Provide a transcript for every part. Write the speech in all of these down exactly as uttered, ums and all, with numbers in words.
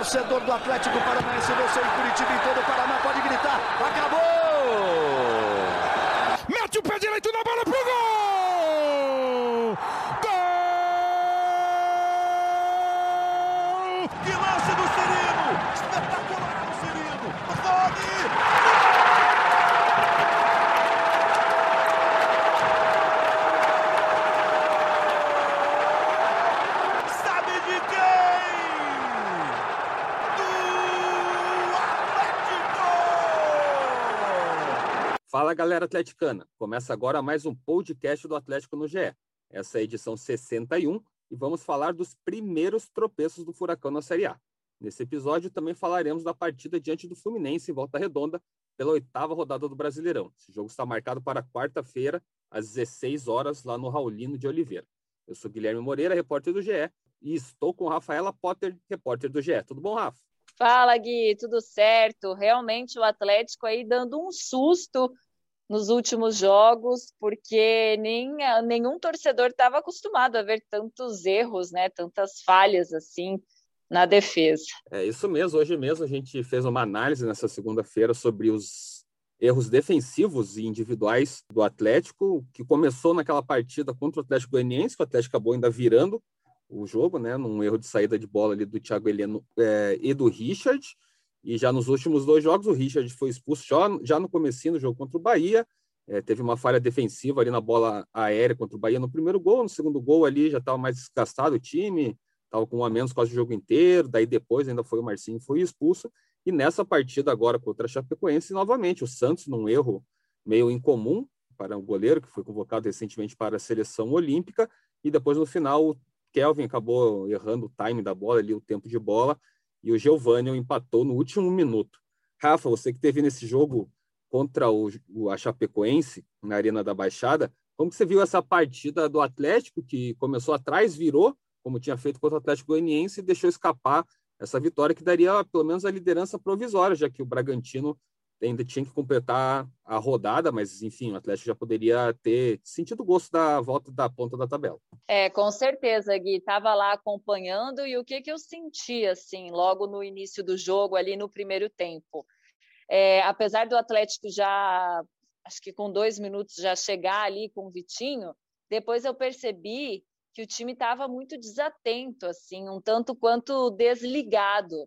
torcedor do Atlético Paranaense, você em Curitiba e todo o Paraná pode gritar, acabou! Mete o pé direito na bola pro gol! Gol! Que lance do Cirino! Espetacular o Cirino! Fone! Sabe de quem? Do Atlético! Fala, galera atleticana! Começa agora mais um podcast do Atlético no G E. Essa é a edição sessenta e um e vamos falar dos primeiros tropeços do Furacão na Série A. Nesse episódio também falaremos da partida diante do Fluminense em Volta Redonda pela oitava rodada do Brasileirão. Esse jogo está marcado para quarta-feira, às dezesseis horas, lá no Raulino de Oliveira. Eu sou Guilherme Moreira, repórter do G E, e estou com Rafaela Potter, repórter do G E. Tudo bom, Rafa? Fala, Gui, tudo certo? Realmente o Atlético aí dando um susto nos últimos jogos, porque nem, nenhum torcedor estava acostumado a ver tantos erros, né? Tantas falhas assim na defesa. É isso mesmo. Hoje mesmo a gente fez uma análise nessa segunda-feira sobre os erros defensivos e individuais do Atlético, que começou naquela partida contra o Atlético Goianiense, que o Atlético acabou ainda virando o jogo, né? Num erro de saída de bola ali do Thiago Heleno é, e do Richard. E já nos últimos dois jogos, o Richard foi expulso já, já no comecinho do jogo contra o Bahia. É, teve uma falha defensiva ali na bola aérea contra o Bahia no primeiro gol. No segundo gol ali já estava mais desgastado o time, estava com um a menos quase o jogo inteiro. Daí depois ainda foi o Marcinho, foi expulso. E nessa partida agora contra a Chapecoense, novamente, o Santos, num erro meio incomum para o goleiro, que foi convocado recentemente para a seleção olímpica. E depois, no final, o Kelvin acabou errando o time da bola, ali, o tempo de bola. E o Geovânio empatou no último minuto. Rafa, você que teve nesse jogo contra o, o, a Chapecoense, na Arena da Baixada, como que você viu essa partida do Atlético, que começou atrás, virou, como tinha feito contra o Atlético Goianiense, e deixou escapar essa vitória que daria pelo menos a liderança provisória, já que o Bragantino ainda tinha que completar a rodada, mas enfim, o Atlético já poderia ter sentido o gosto da volta da ponta da tabela. É, com certeza, Gui, estava lá acompanhando, e o que, que eu senti, assim, logo no início do jogo, ali no primeiro tempo. É, apesar do Atlético já, acho que com dois minutos já chegar ali com o Vitinho, depois eu percebi que o time estava muito desatento, assim, um tanto quanto desligado.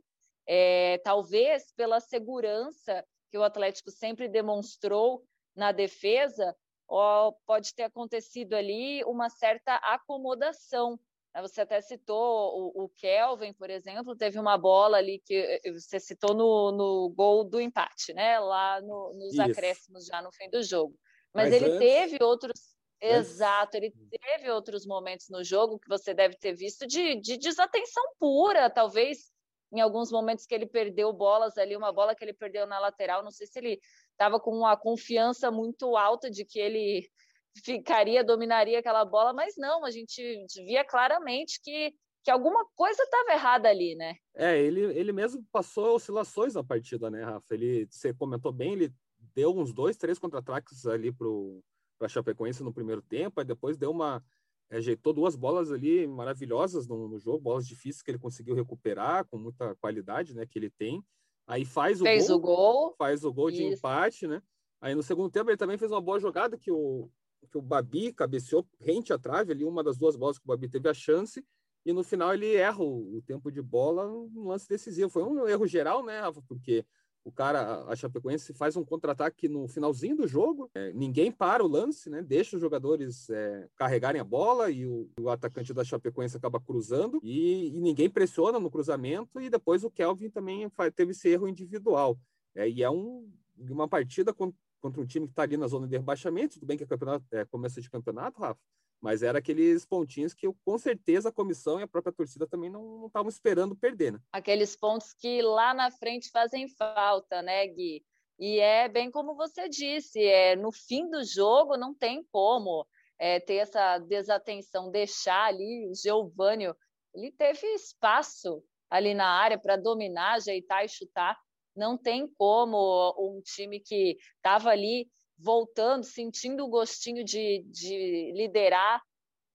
É, talvez pela segurança que o Atlético sempre demonstrou na defesa, ó, pode ter acontecido ali uma certa acomodação. Você até citou o, o Kelvin, por exemplo, teve uma bola ali que você citou no, no gol do empate, né? Lá no, nos Isso. Acréscimos, já no fim do jogo. Mas, Mas ele antes... teve outros... Antes... Exato, ele teve outros momentos no jogo que você deve ter visto de, de desatenção pura, talvez em alguns momentos que ele perdeu bolas ali, uma bola que ele perdeu na lateral, não sei se ele estava com uma confiança muito alta de que ele ficaria, dominaria aquela bola, mas não, a gente via claramente que, que alguma coisa estava errada ali, né? É, ele, ele mesmo passou oscilações na partida, né, Rafa? Ele, você comentou bem, ele deu uns dois, três contra-ataques ali pro para a Chapecoense no primeiro tempo, aí depois deu uma ajeitou duas bolas ali maravilhosas no, no jogo, bolas difíceis que ele conseguiu recuperar com muita qualidade, né, que ele tem. Aí faz o fez gol, o gol, faz o gol isso. de empate, né? Aí no segundo tempo ele também fez uma boa jogada que o que o Babi cabeceou rente à trave ali, uma das duas bolas que o Babi teve a chance, e no final ele erra o, o tempo de bola no lance decisivo. Foi um erro geral, né, Rafa? Porque o cara, a Chapecoense faz um contra-ataque no finalzinho do jogo, é, ninguém para o lance, né? Deixa os jogadores é, carregarem a bola e o, o atacante da Chapecoense acaba cruzando e, e ninguém pressiona no cruzamento, e depois o Kelvin também faz, teve esse erro individual. É, e é um, uma partida contra, contra um time que está ali na zona de rebaixamento, tudo bem que é, campeonato, é começo de campeonato, Rafa, mas era aqueles pontinhos que eu, com certeza a comissão e a própria torcida também não estavam esperando perder, né? Aqueles pontos que lá na frente fazem falta, né, Gui? E é bem como você disse, é, no fim do jogo não tem como é, ter essa desatenção, deixar ali o Geovânio, ele teve espaço ali na área para dominar, ajeitar e chutar, não tem como um time que estava ali voltando, sentindo o gostinho de, de liderar,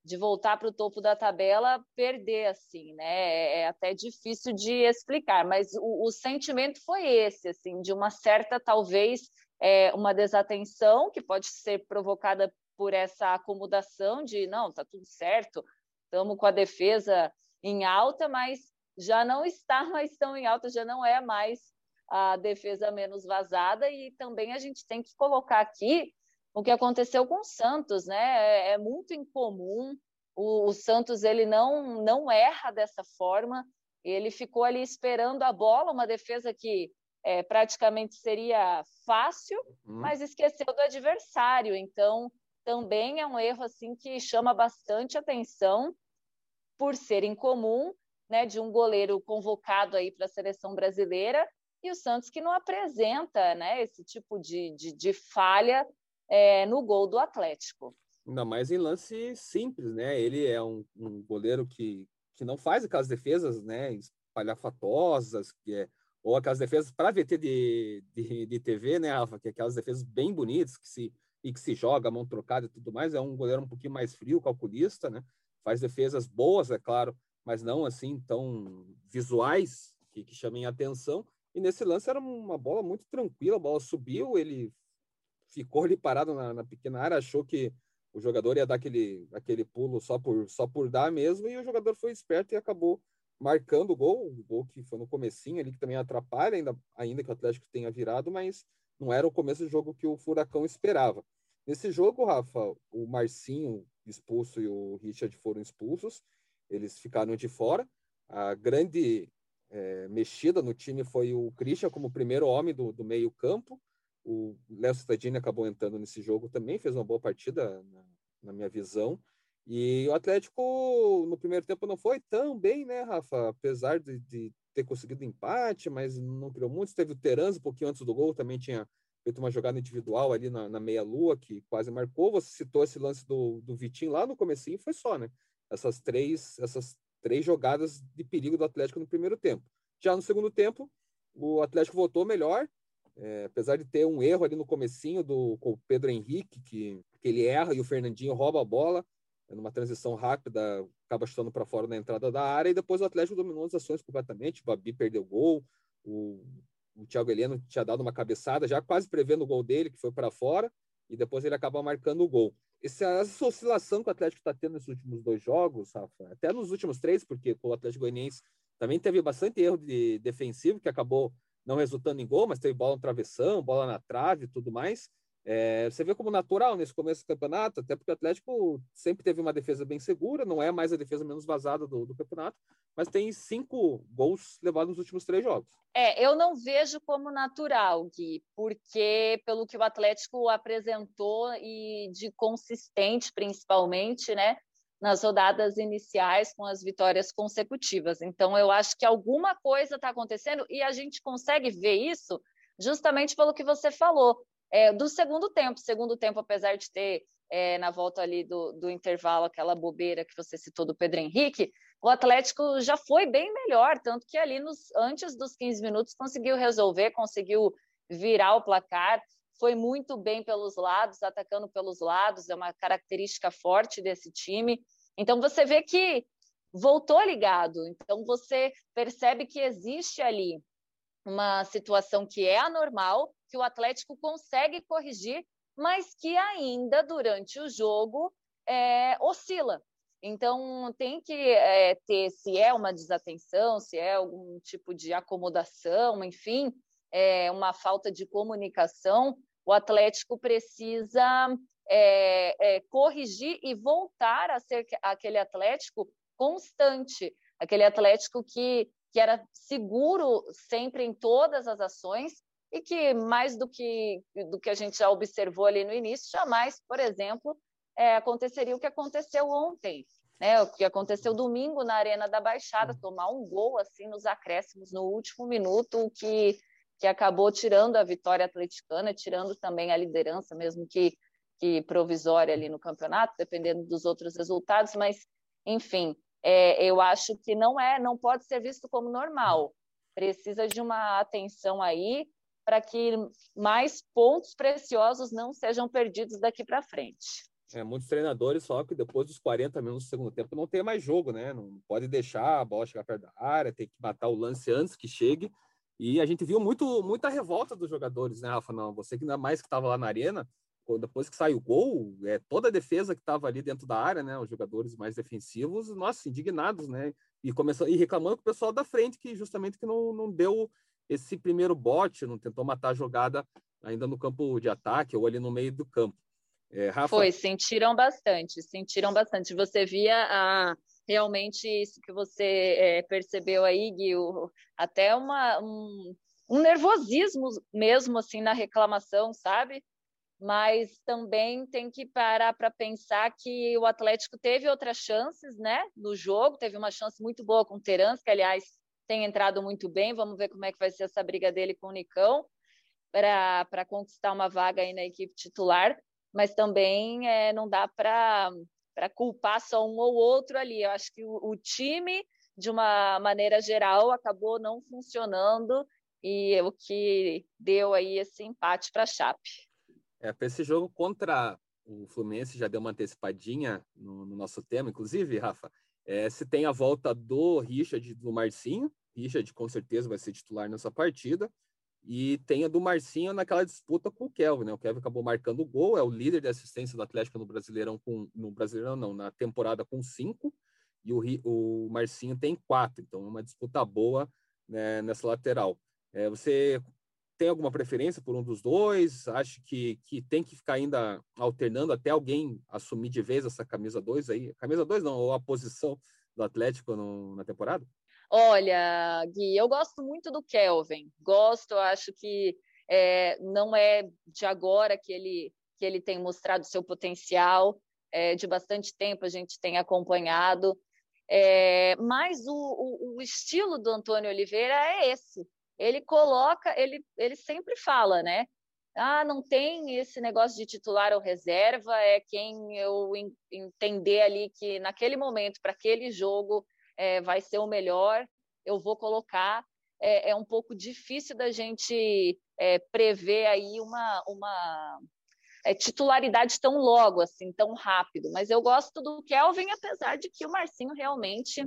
de voltar para o topo da tabela, perder, assim, né? É até difícil de explicar, mas o, o sentimento foi esse, assim, de uma certa, talvez, é, uma desatenção que pode ser provocada por essa acomodação de, não, tá tudo certo, estamos com a defesa em alta, mas já não está mais tão em alta, já não é mais a defesa menos vazada, e também a gente tem que colocar aqui o que aconteceu com o Santos, né? É, é muito incomum. O, o Santos ele não, não erra dessa forma. Ele ficou ali esperando a bola, uma defesa que é, praticamente seria fácil, uhum. mas esqueceu do adversário. Então, também é um erro assim que chama bastante atenção por ser incomum, né? De um goleiro convocado aí para a seleção brasileira e o Santos que não apresenta, né? Esse tipo de, de, de falha É, no gol do Atlético. Ainda mais em lance simples, né? Ele é um, um goleiro que, que não faz aquelas defesas, né, espalhafatosas, que é, ou aquelas defesas para V T de, de, de T V, né, Rafa? Que é aquelas defesas bem bonitas que se, e que se joga, mão trocada e tudo mais. É um goleiro um pouquinho mais frio, calculista, né? Faz defesas boas, é claro, mas não assim tão visuais que, que chamem a atenção. E nesse lance era uma bola muito tranquila, a bola subiu, ele ficou ali parado na, na pequena área, achou que o jogador ia dar aquele, aquele pulo só por, só por dar mesmo, e o jogador foi esperto e acabou marcando o gol, o gol que foi no comecinho ali, que também atrapalha, ainda, ainda que o Atlético tenha virado, mas não era o começo do jogo que o Furacão esperava. Nesse jogo, Rafa, o Marcinho expulso e o Richard foram expulsos, eles ficaram de fora. A grande é, mexida no time foi o Christian como primeiro homem do, do meio campo. O Léo Cittadini acabou entrando nesse jogo também, fez uma boa partida na, na minha visão. E o Atlético no primeiro tempo não foi tão bem, né, Rafa? Apesar de, de ter conseguido empate, mas não criou muito. Teve o Teranzo um pouquinho antes do gol, também tinha feito uma jogada individual ali na, na meia-lua, que quase marcou. Você citou esse lance do, do Vitinho lá no comecinho, foi só, né? Essas três, essas três jogadas de perigo do Atlético no primeiro tempo. Já no segundo tempo, o Atlético voltou melhor, É, apesar de ter um erro ali no comecinho do, com o Pedro Henrique, que, que ele erra e o Fernandinho rouba a bola, numa transição rápida, acaba chutando para fora na entrada da área, e depois o Atlético dominou as ações completamente, o Babi perdeu o gol, o, o Thiago Heleno tinha dado uma cabeçada, já quase prevendo o gol dele, que foi para fora, e depois ele acaba marcando o gol. Essa, essa oscilação que o Atlético está tendo nesses últimos dois jogos, Rafa, até nos últimos três, porque o Atlético Goianiense também teve bastante erro de defensivo, que acabou não resultando em gol, mas teve bola no travessão, bola na trave e tudo mais. É, você vê como natural nesse começo do campeonato, até porque o Atlético sempre teve uma defesa bem segura, não é mais a defesa menos vazada do, do campeonato, mas tem cinco gols levados nos últimos três jogos. É, eu não vejo como natural, Gui, porque pelo que o Atlético apresentou e de consistente, principalmente, né, nas rodadas iniciais com as vitórias consecutivas. Então, eu acho que alguma coisa está acontecendo e a gente consegue ver isso justamente pelo que você falou, é, do segundo tempo. Segundo tempo, apesar de ter, é, na volta ali do, do intervalo, aquela bobeira que você citou do Pedro Henrique, o Atlético já foi bem melhor, tanto que ali nos, antes dos quinze minutos conseguiu resolver, conseguiu virar o placar, foi muito bem pelos lados, atacando pelos lados, é uma característica forte desse time. Então, você vê que voltou ligado. Então, você percebe que existe ali uma situação que é anormal, que o Atlético consegue corrigir, mas que ainda, durante o jogo, é, oscila. Então, tem que é, ter, se é uma desatenção, se é algum tipo de acomodação, enfim, é, uma falta de comunicação, o Atlético precisa é, é, corrigir e voltar a ser aquele Atlético constante, aquele Atlético que, que era seguro sempre em todas as ações e que, mais do que, do que a gente já observou ali no início, jamais, por exemplo, é, aconteceria o que aconteceu ontem, né? O que aconteceu domingo na Arena da Baixada, tomar um gol assim nos acréscimos no último minuto, o que que acabou tirando a vitória atleticana, tirando também a liderança, mesmo que, que provisória ali no campeonato, dependendo dos outros resultados, mas, enfim, é, eu acho que não é, não pode ser visto como normal. Precisa de uma atenção aí para que mais pontos preciosos não sejam perdidos daqui para frente. É, muitos treinadores só que depois dos quarenta minutos do segundo tempo não tem mais jogo, né? Não pode deixar a bola chegar perto da área, tem que matar o lance antes que chegue. E a gente viu muito, muita revolta dos jogadores, né, Rafa? Não, você que ainda mais que estava lá na arena, depois que saiu o gol, é, toda a defesa que estava ali dentro da área, né? Os jogadores mais defensivos, nossa, indignados, né? E, começou, e reclamando com o pessoal da frente, que justamente que não, não deu esse primeiro bote, não tentou matar a jogada ainda no campo de ataque ou ali no meio do campo. É, Rafa... Foi, sentiram bastante, sentiram bastante. Você via a, realmente isso que você é, percebeu aí, Gui, o, até uma, um, um nervosismo mesmo assim na reclamação, sabe? Mas também tem que parar para pensar que o Atlético teve outras chances, né, no jogo, teve uma chance muito boa com o Terans, que aliás tem entrado muito bem. Vamos ver como é que vai ser essa briga dele com o Nicão para conquistar uma vaga aí na equipe titular. Mas também é, não dá para culpar só um ou outro ali. Eu acho que o, o time, de uma maneira geral, acabou não funcionando e o que deu aí esse empate para a Chape. É, para esse jogo contra o Fluminense, já deu uma antecipadinha no, no nosso tema, inclusive, Rafa, é, se tem a volta do Richard e do Marcinho. Richard com certeza vai ser titular nessa partida. E tem a do Marcinho naquela disputa com o Kelvin, né? O Kelvin acabou marcando o gol, é o líder de assistência do Atlético no Brasileirão, com, no Brasileirão não, na temporada com cinco, e o, o Marcinho tem quatro, então é uma disputa boa, né, nessa lateral. É, você tem alguma preferência por um dos dois? Acha que, que tem que ficar ainda alternando até alguém assumir de vez essa camisa dois aí? Camisa dois não, ou a posição do Atlético no, na temporada? Olha, Gui, eu gosto muito do Kelvin. Gosto, acho que é, não é de agora que ele, que ele tem mostrado seu potencial. É, de bastante tempo a gente tem acompanhado. É, mas o, o, o estilo do Antônio Oliveira é esse. Ele coloca, ele, ele sempre fala, né? Ah, não tem esse negócio de titular ou reserva, é quem eu entender ali que naquele momento, para aquele jogo, É, vai ser o melhor, eu vou colocar. É, é um pouco difícil da gente é, prever aí uma, uma é, titularidade tão logo, assim, tão rápido. Mas eu gosto do Kelvin, apesar de que o Marcinho realmente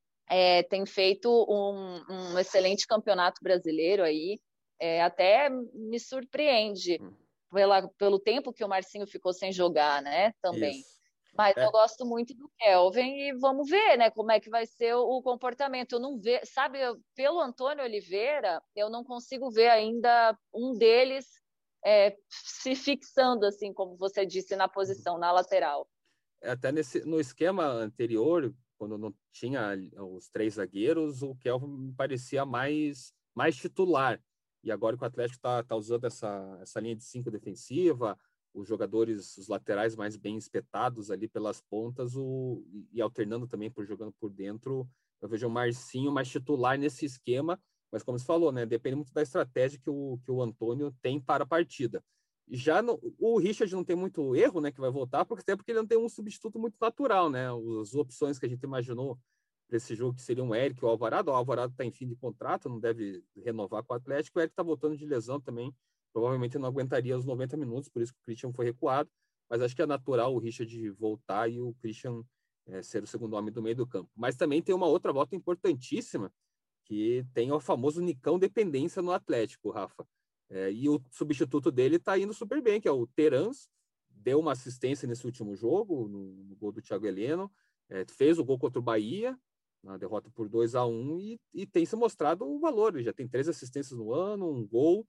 é, tem feito um, um excelente campeonato brasileiro aí. É, até me surpreende pela, pelo tempo que o Marcinho ficou sem jogar, né? Também. Isso. Mas É. eu gosto muito do Kelvin e vamos ver, né, como é que vai ser o, o comportamento. Eu não vejo, sabe, eu, pelo Antônio Oliveira, eu não consigo ver ainda um deles é, se fixando, assim, como você disse, na posição, na lateral. Até nesse, no esquema anterior, quando não tinha os três zagueiros, o Kelvin me parecia mais, mais titular. E agora que o Atlético está tá usando essa, essa linha de cinco defensiva, os jogadores, os laterais mais bem espetados ali pelas pontas, o, e alternando também por jogando por dentro, eu vejo o Marcinho mais titular nesse esquema, mas como você falou, né, depende muito da estratégia que o, que o Antônio tem para a partida. Já no, o Richard não tem muito erro, né, que vai voltar, porque até porque ele não tem um substituto muito natural, né, as opções que a gente imaginou para esse jogo, que seriam o Eric e o Alvarado. O Alvarado está em fim de contrato, não deve renovar com o Atlético, o Eric está voltando de lesão também, provavelmente não aguentaria os noventa minutos, por isso que o Christian foi recuado, mas acho que é natural o Richard voltar e o Christian é, ser o segundo homem do meio do campo. Mas também tem uma outra volta importantíssima, que tem o famoso Nicão dependência no Atlético, Rafa. É, e o substituto dele está indo super bem, que é o Terans, deu uma assistência nesse último jogo, no, no gol do Thiago Heleno, é, fez o gol contra o Bahia, na derrota por dois a um, e, e tem se mostrado o valor. Ele já tem três assistências no ano, um gol,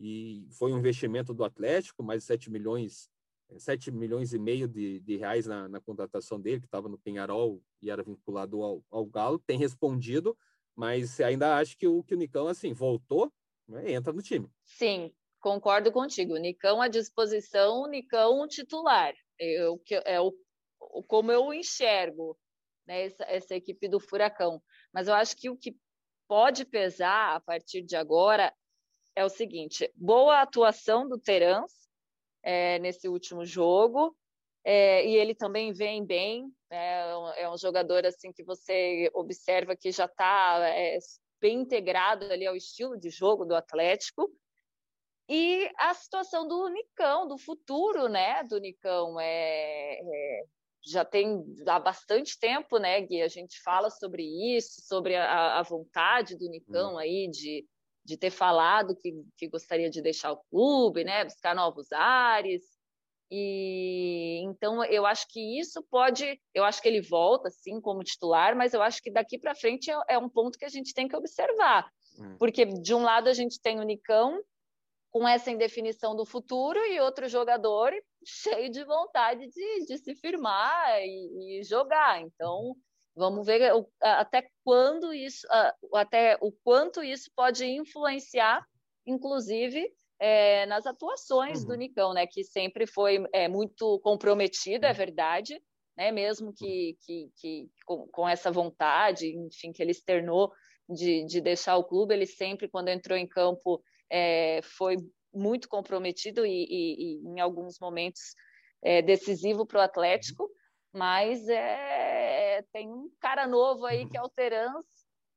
e foi um investimento do Atlético, mais de sete milhões, sete milhões e meio de, de reais na, na contratação dele, que estava no Peñarol e era vinculado ao, ao Galo, tem respondido, mas ainda acho que o, que o Nicão, assim, voltou, né, entra no time. Sim, concordo contigo. Nicão à disposição, Nicão titular. Eu, é o, como eu enxergo, né, essa, essa equipe do Furacão. Mas eu acho que o que pode pesar a partir de agora é o seguinte: boa atuação do Terans é, nesse último jogo, é, e ele também vem bem, é, é um jogador assim que você observa que já está é, bem integrado ali ao estilo de jogo do Atlético. E a situação do Nicão, do futuro, né, do Nicão, é, é, já tem há bastante tempo, né, Gui, a gente fala sobre isso, sobre a, a vontade do Nicão aí de, de ter falado que, que gostaria de deixar o clube, né, buscar novos ares. E então eu acho que isso pode, eu acho que ele volta sim como titular, mas eu acho que daqui para frente é, é um ponto que a gente tem que observar, Hum. porque de um lado a gente tem o Nicão com essa indefinição do futuro e outro jogador cheio de vontade de, de se firmar e, e jogar. Então, vamos ver o, até quando isso, até o quanto isso pode influenciar, inclusive, é, nas atuações uhum. do Nicão, né? Que sempre foi é, muito comprometido, é verdade, né? Mesmo que, que, que com, com essa vontade, enfim, que ele externou de, de deixar o clube, ele sempre, quando entrou em campo, É, foi muito comprometido e, e, e em alguns momentos é, decisivo para o Atlético, mas é, tem um cara novo aí que é o Terans,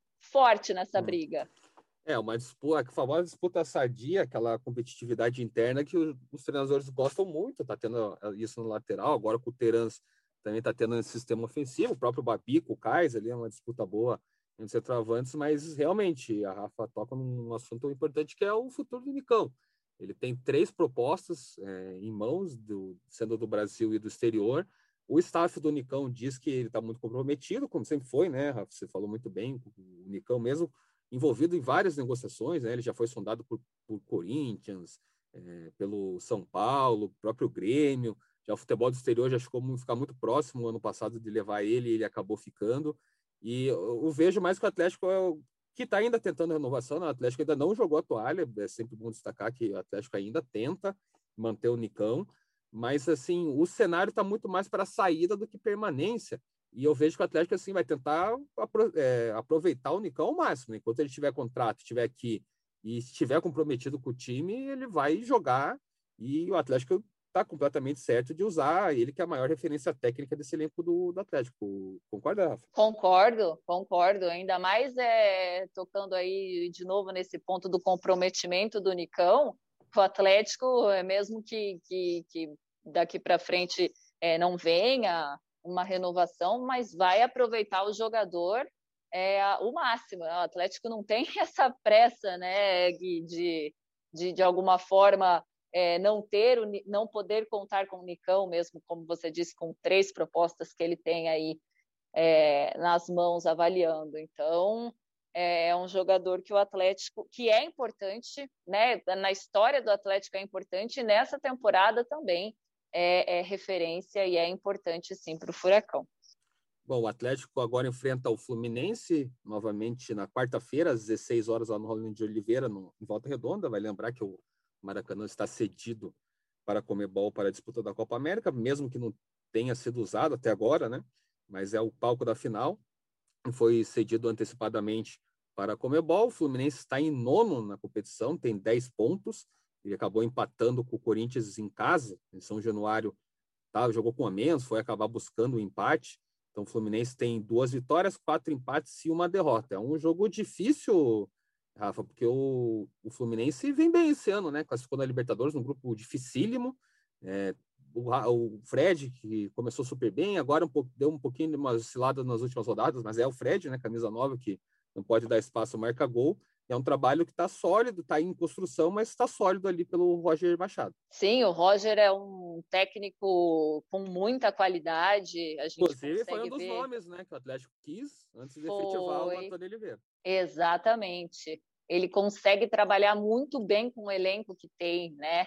forte nessa briga. É, uma disputa, a famosa disputa sadia, aquela competitividade interna que os, os treinadores gostam muito, tá tendo isso no lateral, agora com o Terans também tá tendo esse sistema ofensivo, o próprio Babico, o Kais, ali é uma disputa boa entre centroavantes, mas realmente a Rafa toca num assunto importante que é o futuro do Nicão. Ele tem três propostas é, em mãos, do, sendo do Brasil e do exterior. O staff do Nicão diz que ele está muito comprometido, como sempre foi, né, Rafa? Você falou muito bem, o Nicão mesmo envolvido em várias negociações, né? Ele já foi sondado por, por Corinthians, é, pelo São Paulo, próprio Grêmio. Já o futebol do exterior já ficou ficar muito próximo ano passado de levar ele, e ele acabou ficando. E eu, eu vejo mais que o Atlético é o que está ainda tentando renovação, né? O Atlético ainda não jogou a toalha, é sempre bom destacar que o Atlético ainda tenta manter o Nicão, mas assim, o cenário está muito mais para saída do que permanência, e eu vejo que o Atlético assim vai tentar é, aproveitar o Nicão ao máximo, enquanto ele tiver contrato, estiver aqui e estiver comprometido com o time, ele vai jogar, e o Atlético está completamente certo de usar ele, que é a maior referência técnica desse elenco do, do Atlético. Concorda, Rafa? Concordo, concordo. Ainda mais é, tocando aí de novo nesse ponto do comprometimento do Nicão, o Atlético, é mesmo que, que, que daqui para frente é, não venha uma renovação, mas vai aproveitar o jogador é, o máximo. O Atlético não tem essa pressa, né, Gui, de, de, de alguma forma É, não ter, não poder contar com o Nicão, mesmo como você disse, com três propostas que ele tem aí é, nas mãos avaliando. Então, é um jogador que o Atlético, que é importante, né? Na história do Atlético é importante, e nessa temporada também é, é referência e é importante sim para o Furacão. Bom, o Atlético agora enfrenta o Fluminense novamente na quarta-feira, às dezesseis horas, lá no Rolando de Oliveira, no, em Volta Redonda. Vai lembrar que o Maracanã está cedido para a Conmebol para a disputa da Copa América, mesmo que não tenha sido usado até agora, né? Mas é o palco da final. Foi cedido antecipadamente para a Conmebol. O Fluminense está em nono na competição, tem dez pontos. Ele acabou empatando com o Corinthians em casa, em São Januário. Tá, jogou com a menos, foi acabar buscando o empate. Então, o Fluminense tem duas vitórias, quatro empates e uma derrota. É um jogo difícil, Rafa, porque o, o Fluminense vem bem esse ano, né? Classificou na Libertadores, num grupo dificílimo. É, o, o Fred, que começou super bem, agora um pouco, deu um pouquinho de uma oscilada nas últimas rodadas, mas é o Fred, né? Camisa nova, que não pode dar espaço, marca gol. É um trabalho que está sólido, está em construção, mas está sólido ali pelo Roger Machado. Sim, o Roger é um técnico com muita qualidade. A gente Inclusive, foi um dos ver... nomes, né, que o Atlético quis antes de foi... efetivar o Antônio Oliveira. Exatamente. Ele consegue trabalhar muito bem com o elenco que tem, né?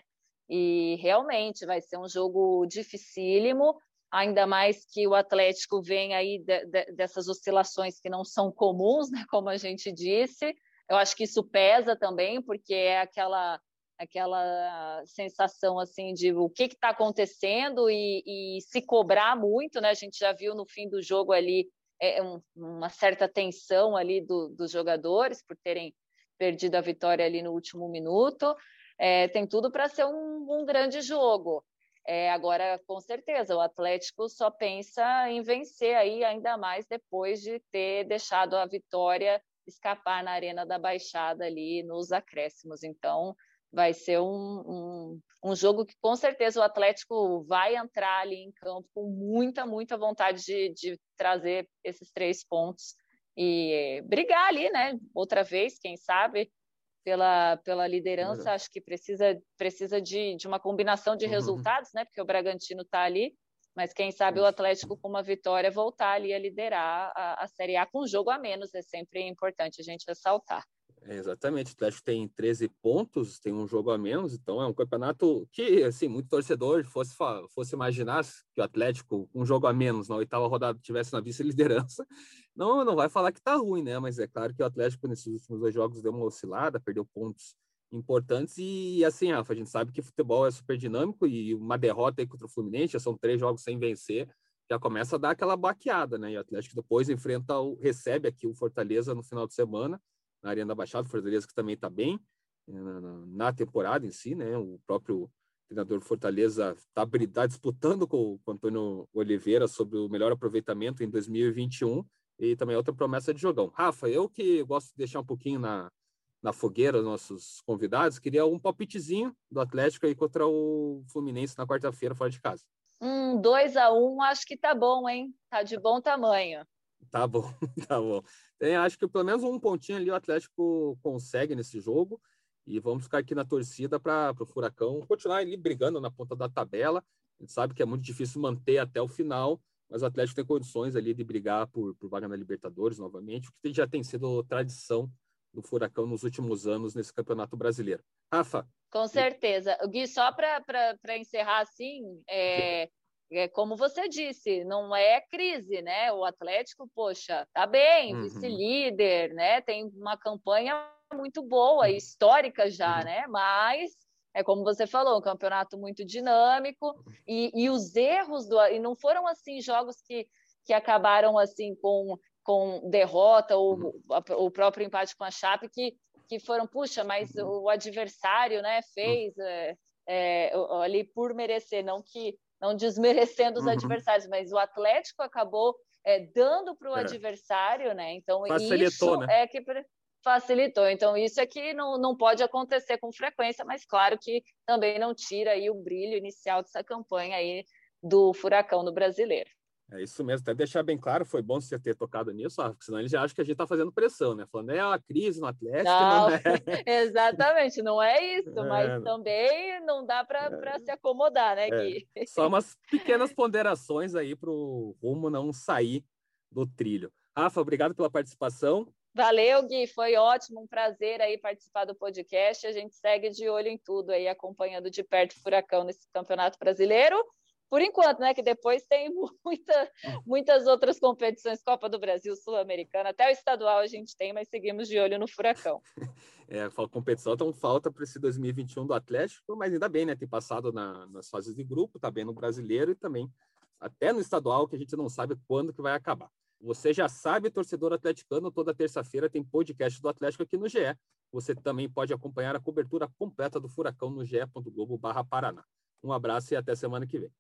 E realmente vai ser um jogo dificílimo, ainda mais que o Atlético vem aí de, de, dessas oscilações que não são comuns, né? Como a gente disse. Eu acho que isso pesa também, porque é aquela, aquela sensação assim de o que está acontecendo e, e se cobrar muito, né? A gente já viu no fim do jogo ali é, um, uma certa tensão ali do, dos jogadores por terem perdido a vitória ali no último minuto. É, tem tudo para ser um, um grande jogo. É, agora, com certeza, o Atlético só pensa em vencer aí ainda mais depois de ter deixado a vitória escapar na Arena da Baixada ali nos acréscimos. Então, vai ser um, um, um jogo que com certeza o Atlético vai entrar ali em campo com muita, muita vontade de, de trazer esses três pontos e brigar ali, né? Outra vez, quem sabe, pela, pela liderança. É. Acho que precisa, precisa de, de uma combinação de uhum. resultados, né? Porque o Bragantino está ali, mas quem sabe o Atlético com uma vitória voltar ali a liderar a, a Série A com um jogo a menos. É sempre importante a gente ressaltar. É, exatamente, o Atlético tem treze pontos, tem um jogo a menos, então é um campeonato que, assim, muito torcedor fosse, fosse imaginar que o Atlético, um jogo a menos na oitava rodada, tivesse na vice-liderança, não, não vai falar que tá ruim, né? Mas é claro que o Atlético nesses últimos dois jogos deu uma oscilada, perdeu pontos importantes e, assim, Rafa, a gente sabe que futebol é super dinâmico e uma derrota aí contra o Fluminense, já são três jogos sem vencer, já começa a dar aquela baqueada, né? E o Atlético depois enfrenta, o, recebe aqui o Fortaleza no final de semana, na Arena da Baixada, Fortaleza que também está bem na, na, na temporada em si, né? O próprio treinador Fortaleza está tá disputando com, com o Antônio Oliveira sobre o melhor aproveitamento em dois mil e vinte e um e também outra promessa de jogão. Rafa, eu que gosto de deixar um pouquinho na, na fogueira os nossos convidados, queria um palpitezinho do Atlético aí contra o Fluminense na quarta-feira fora de casa. Um dois a um, acho que tá bom, hein? Tá de bom tamanho. Tá bom, tá bom. Tem, acho que pelo menos um pontinho ali o Atlético consegue nesse jogo e vamos ficar aqui na torcida para o Furacão continuar ali brigando na ponta da tabela. A gente sabe que é muito difícil manter até o final, mas o Atlético tem condições ali de brigar por, por vaga na Libertadores novamente, o que já tem sido tradição do Furacão nos últimos anos nesse Campeonato Brasileiro. Rafa? Com certeza. Gui, só para encerrar assim, é... É como você disse, não é crise, né? O Atlético, poxa, tá bem, uhum. vice-líder, né? Tem uma campanha muito boa, uhum. histórica já, uhum. né? Mas é como você falou, um campeonato muito dinâmico e, e os erros do e não foram assim jogos que, que acabaram assim com, com derrota ou uhum. o próprio empate com a Chape que, que foram, puxa, mas uhum. o adversário, né? Fez é, é, ali por merecer, não que não desmerecendo os uhum. adversários, mas o Atlético acabou é, dando para o é. adversário, né? Então, facilitou, isso né? é que facilitou. Então, isso é que não, não pode acontecer com frequência, mas claro que também não tira aí o brilho inicial dessa campanha aí do Furacão no Brasileiro. É isso mesmo, até deixar bem claro, foi bom você ter tocado nisso, porque senão eles já acham que a gente está fazendo pressão, né? Falando, é uma crise no Atlético, não, não é... Exatamente, não é isso, é, mas também não dá para é, se acomodar, né, Gui? É, só umas pequenas ponderações aí para o rumo não sair do trilho. Rafa, obrigado pela participação. Valeu, Gui, foi ótimo, um prazer aí participar do podcast, a gente segue de olho em tudo aí, acompanhando de perto o Furacão nesse Campeonato Brasileiro. Por enquanto, né? Que depois tem muita, muitas outras competições, Copa do Brasil, Sul-Americana, até o estadual a gente tem, mas seguimos de olho no Furacão. É, competição, então falta para esse dois mil e vinte e um do Atlético, mas ainda bem, né? Tem passado na, nas fases de grupo, tá bem no Brasileiro e também até no estadual, que a gente não sabe quando que vai acabar. Você já sabe, torcedor atleticano, toda terça-feira tem podcast do Atlético aqui no G E. Você também pode acompanhar a cobertura completa do Furacão no ge ponto globo barra Paraná. Um abraço e até semana que vem.